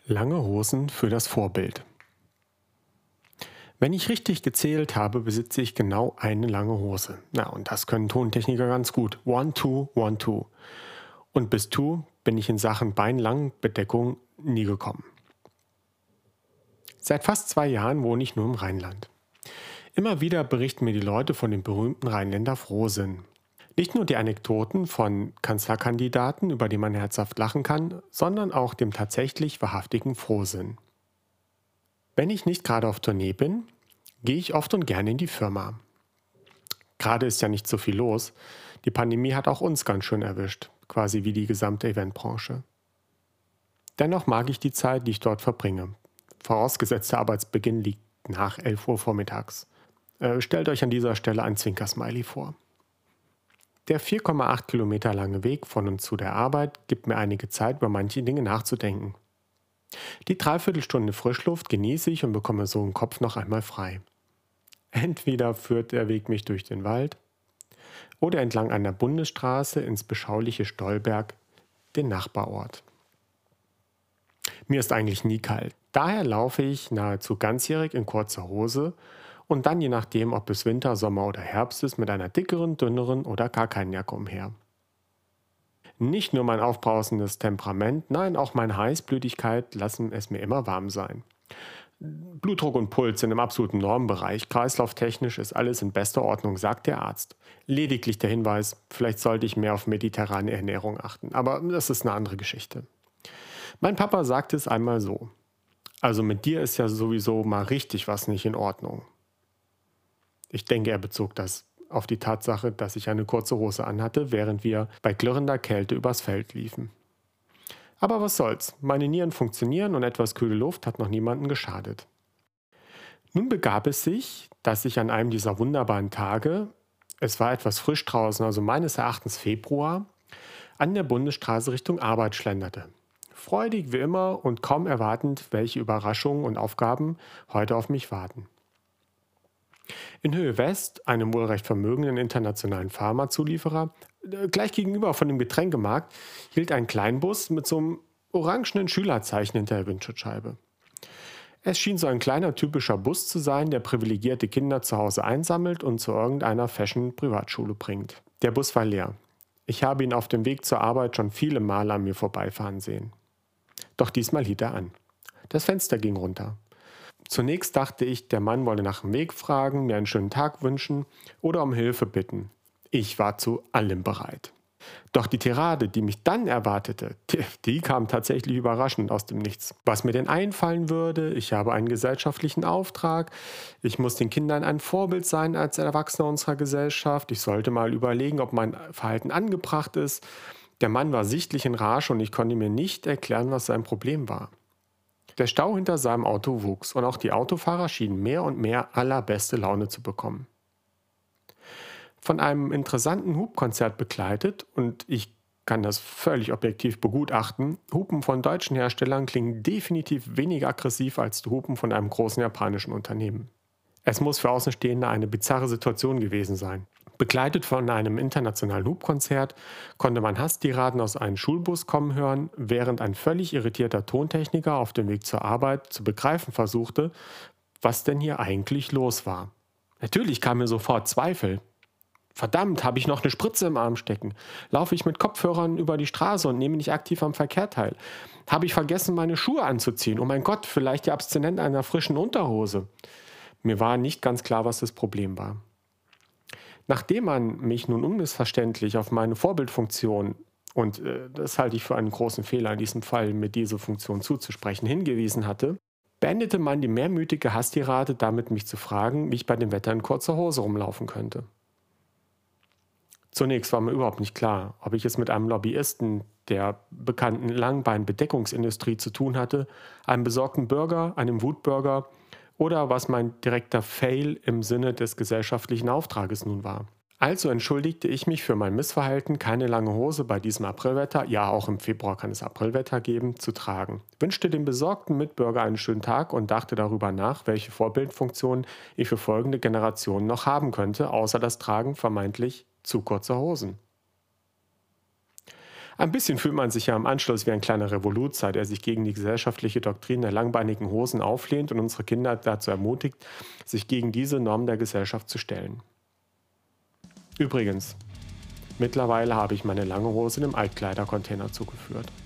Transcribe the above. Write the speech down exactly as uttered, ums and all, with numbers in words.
Lange Hosen für das Vorbild. Wenn ich richtig gezählt habe, besitze ich genau eine lange Hose. Na, und das können Tontechniker ganz gut. One, two, one, two. Und bis two bin ich in Sachen Beinlangbedeckung nie gekommen. Seit fast zwei Jahren wohne ich nur im Rheinland. Immer wieder berichten mir die Leute von dem berühmten Rheinländer Frohsinn. Nicht nur die Anekdoten von Kanzlerkandidaten, über die man herzhaft lachen kann, sondern auch dem tatsächlich wahrhaftigen Frohsinn. Wenn ich nicht gerade auf Tournee bin, gehe ich oft und gerne in die Firma. Gerade ist ja nicht so viel los. Die Pandemie hat auch uns ganz schön erwischt, quasi wie die gesamte Eventbranche. Dennoch mag ich die Zeit, die ich dort verbringe. Vorausgesetzt der Arbeitsbeginn liegt nach elf Uhr vormittags. Äh, stellt euch an dieser Stelle ein Zwinkersmiley vor. Der vier Komma acht Kilometer lange Weg von und zu der Arbeit gibt mir einige Zeit, über manche Dinge nachzudenken. Die Dreiviertelstunde Frischluft genieße ich und bekomme so den Kopf noch einmal frei. Entweder führt der Weg mich durch den Wald oder entlang einer Bundesstraße ins beschauliche Stolberg, den Nachbarort. Mir ist eigentlich nie kalt. Daher laufe ich nahezu ganzjährig in kurzer Hose und dann je nachdem, ob es Winter, Sommer oder Herbst ist, mit einer dickeren, dünneren oder gar keinen Jacke umher. Nicht nur mein aufbrausendes Temperament, nein, auch meine Heißblütigkeit lassen es mir immer warm sein. Blutdruck und Puls sind im absoluten Normbereich, kreislauftechnisch ist alles in bester Ordnung, sagt der Arzt. Lediglich der Hinweis, vielleicht sollte ich mehr auf mediterrane Ernährung achten, aber das ist eine andere Geschichte. Mein Papa sagte es einmal so: Also mit dir ist ja sowieso mal richtig was nicht in Ordnung. Ich denke, er bezog das auf die Tatsache, dass ich eine kurze Hose anhatte, während wir bei klirrender Kälte übers Feld liefen. Aber was soll's, meine Nieren funktionieren und etwas kühle Luft hat noch niemandem geschadet. Nun begab es sich, dass ich an einem dieser wunderbaren Tage, es war etwas frisch draußen, also meines Erachtens Februar, an der Bundesstraße Richtung Arbeit schlenderte. Freudig wie immer und kaum erwartend, welche Überraschungen und Aufgaben heute auf mich warten. In Höhe West, einem wohl recht vermögenden internationalen Pharmazulieferer, äh, gleich gegenüber von dem Getränkemarkt, hielt ein Kleinbus mit so einem orangenen Schülerzeichen hinter der Windschutzscheibe. Es schien so ein kleiner typischer Bus zu sein, der privilegierte Kinder zu Hause einsammelt und zu irgendeiner Fashion-Privatschule bringt. Der Bus war leer. Ich habe ihn auf dem Weg zur Arbeit schon viele Male an mir vorbeifahren sehen. Doch diesmal hielt er an. Das Fenster ging runter. Zunächst dachte ich, der Mann wolle nach dem Weg fragen, mir einen schönen Tag wünschen oder um Hilfe bitten. Ich war zu allem bereit. Doch die Tirade, die mich dann erwartete, die, die kam tatsächlich überraschend aus dem Nichts. Was mir denn einfallen würde, ich habe einen gesellschaftlichen Auftrag, ich muss den Kindern ein Vorbild sein als Erwachsener unserer Gesellschaft, ich sollte mal überlegen, ob mein Verhalten angebracht ist. Der Mann war sichtlich in Rage und ich konnte mir nicht erklären, was sein Problem war. Der Stau hinter seinem Auto wuchs und auch die Autofahrer schienen mehr und mehr allerbeste Laune zu bekommen. Von einem interessanten Hupkonzert begleitet, und ich kann das völlig objektiv begutachten, Hupen von deutschen Herstellern klingen definitiv weniger aggressiv als die Hupen von einem großen japanischen Unternehmen. Es muss für Außenstehende eine bizarre Situation gewesen sein. Begleitet von einem internationalen Hupkonzert konnte man Hasstiraden aus einem Schulbus kommen hören, während ein völlig irritierter Tontechniker auf dem Weg zur Arbeit zu begreifen versuchte, was denn hier eigentlich los war. Natürlich kam mir sofort Zweifel. Verdammt, habe ich noch eine Spritze im Arm stecken? Laufe ich mit Kopfhörern über die Straße und nehme nicht aktiv am Verkehr teil? Habe ich vergessen, meine Schuhe anzuziehen? Oh mein Gott, vielleicht die Abstinenz einer frischen Unterhose. Mir war nicht ganz klar, was das Problem war. Nachdem man mich nun unmissverständlich auf meine Vorbildfunktion, und äh, das halte ich für einen großen Fehler in diesem Fall, mir diese Funktion zuzusprechen, hingewiesen hatte, beendete man die mehrmütige Hasstirade damit, mich zu fragen, wie ich bei dem Wetter in kurzer Hose rumlaufen könnte. Zunächst war mir überhaupt nicht klar, ob ich es mit einem Lobbyisten der bekannten Langbeinbedeckungsindustrie zu tun hatte, einem besorgten Bürger, einem Wutbürger oder was mein direkter Fail im Sinne des gesellschaftlichen Auftrages nun war. Also entschuldigte ich mich für mein Missverhalten, keine lange Hose bei diesem Aprilwetter, ja auch im Februar kann es Aprilwetter geben, zu tragen. Wünschte dem besorgten Mitbürger einen schönen Tag und dachte darüber nach, welche Vorbildfunktionen ich für folgende Generationen noch haben könnte, außer das Tragen vermeintlich zu kurzer Hosen. Ein bisschen fühlt man sich ja im Anschluss wie ein kleiner Revoluzer, der sich gegen die gesellschaftliche Doktrin der langbeinigen Hosen auflehnt und unsere Kinder dazu ermutigt, sich gegen diese Norm der Gesellschaft zu stellen. Übrigens, mittlerweile habe ich meine lange Hose in dem Altkleidercontainer zugeführt.